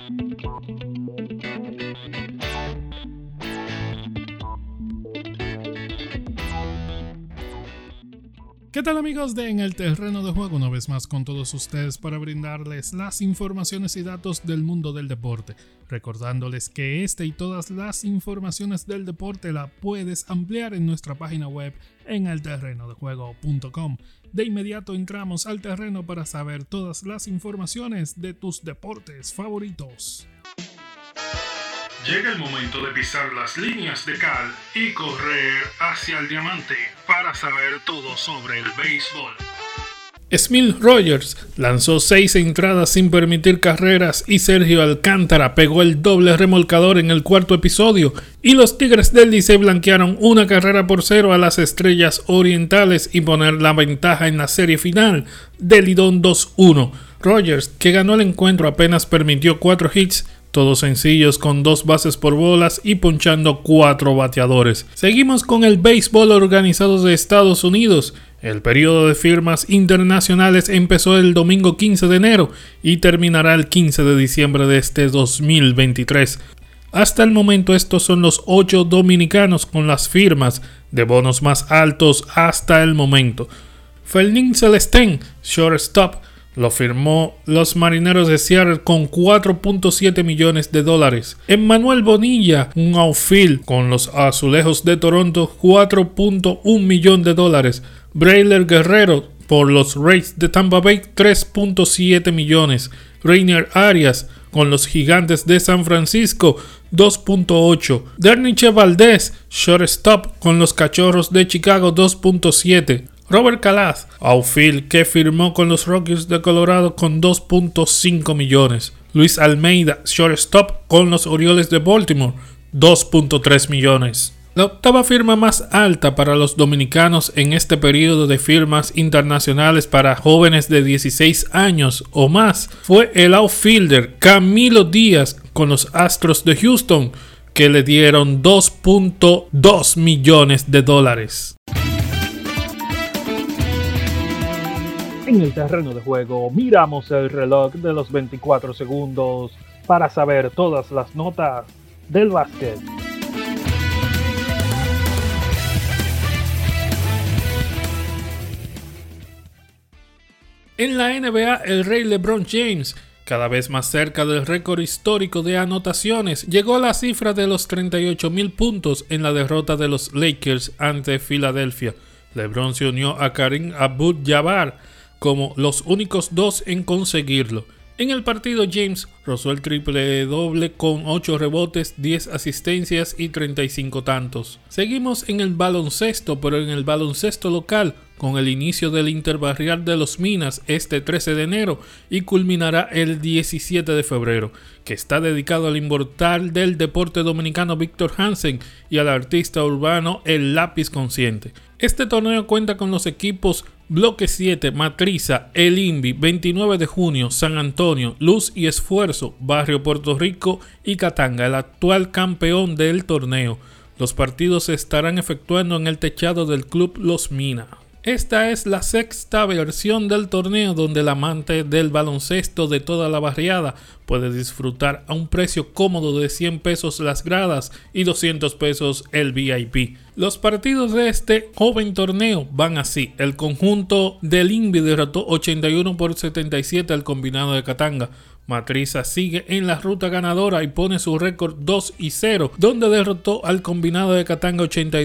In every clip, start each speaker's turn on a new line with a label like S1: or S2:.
S1: ¿Qué tal amigos de En el Terreno de Juego? Una vez más con todos ustedes para brindarles las informaciones y datos del mundo del deporte. Recordándoles que esta y todas las informaciones del deporte la puedes ampliar en nuestra página web en elterrenodejuego.com. De inmediato entramos al terreno para saber todas las informaciones de tus deportes favoritos.
S2: Llega el momento de pisar las líneas de cal y correr hacia el diamante para saber todo sobre el béisbol.
S1: Smil Rogers lanzó 6 entradas sin permitir carreras y Sergio Alcántara pegó el doble remolcador en el cuarto episodio y los Tigres del Licey blanquearon 1-0 a las Estrellas Orientales y poner la ventaja en la serie final del Lidón 2-1. Rogers, que ganó el encuentro, apenas permitió 4 hits, todos sencillos con 2 bases por bolas y ponchando 4 bateadores. Seguimos con el béisbol organizado de Estados Unidos. El periodo de firmas internacionales empezó el domingo 15 de enero y terminará el 15 de diciembre de este 2023. Hasta el momento estos son los 8 dominicanos con las firmas de bonos más altos hasta el momento. Felnin Celestén, shortstop, lo firmó los Marineros de Seattle con $4.7 millones. Emmanuel Bonilla, un outfield con los Azulejos de Toronto, $4.1 millón. Brailer Guerrero por los Rays de Tampa Bay, $3.7 millones. Rainier Arias con los Gigantes de San Francisco, $2.8. Derniche Valdez, shortstop con los Cachorros de Chicago, $2.7. Robert Calaz, outfield, que firmó con los Rockies de Colorado con $2.5 millones. Luis Almeida, shortstop con los Orioles de Baltimore, $2.3 millones. La octava firma más alta para los dominicanos en este periodo de firmas internacionales para jóvenes de 16 años o más fue el outfielder Camilo Díaz con los Astros de Houston, que le dieron $2.2 millones.
S3: En el terreno de juego miramos el reloj de los 24 segundos para saber todas las notas del básquet.
S1: En la NBA, el rey LeBron James, cada vez más cerca del récord histórico de anotaciones, llegó a la cifra de los 38,000 puntos en la derrota de los Lakers ante Filadelfia. LeBron se unió a Kareem Abdul-Jabbar como los únicos 2 en conseguirlo. En el partido, James rozó el triple doble con 8 rebotes, 10 asistencias y 35 tantos. Seguimos en el baloncesto, pero en el baloncesto local, con el inicio del Interbarrial de Los Minas este 13 de enero y culminará el 17 de febrero, que está dedicado al inmortal del deporte dominicano Víctor Hansen y al artista urbano El Lápiz Consciente. Este torneo cuenta con los equipos Bloque 7, Matriza, El Invi, 29 de junio, San Antonio, Luz y Esfuerzo, Barrio Puerto Rico y Catanga, el actual campeón del torneo. Los partidos se estarán efectuando en el techado del Club Los Minas. Esta es la sexta versión del torneo donde el amante del baloncesto de toda la barriada puede disfrutar a un precio cómodo de $100 las gradas y $200 el VIP. Los partidos de este joven torneo van así. El conjunto del Invi derrotó 81-77 al combinado de Catanga. Matriza sigue en la ruta ganadora y pone su récord 2-0, donde derrotó al combinado de Catanga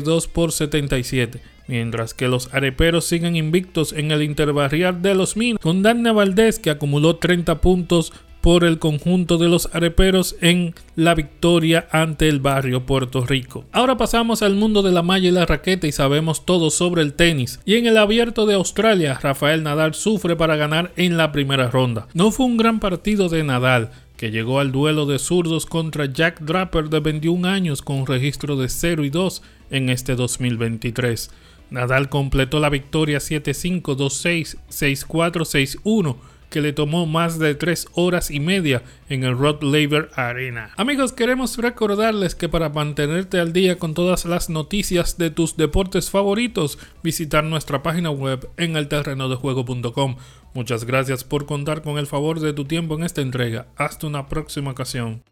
S1: 82-77. Mientras que los areperos siguen invictos en el Interbarrial de Los Minas, con Darne Valdés, que acumuló 30 puntos por el conjunto de los areperos en la victoria ante el Barrio Puerto Rico. Ahora pasamos al mundo de la malla y la raqueta y sabemos todo sobre el tenis. Y en el Abierto de Australia, Rafael Nadal sufre para ganar en la primera ronda. No fue un gran partido de Nadal, que llegó al duelo de zurdos contra Jack Draper de 21 años con un registro de 0-2 en este 2023. Nadal completó la victoria 7-5, 2-6, 6-4, 6-1 que le tomó más de 3 horas y media en el Rod Laver Arena. Amigos, queremos recordarles que para mantenerte al día con todas las noticias de tus deportes favoritos, visitar nuestra página web en elterrenodejuego.com. Muchas gracias por contar con el favor de tu tiempo en esta entrega. Hasta una próxima ocasión.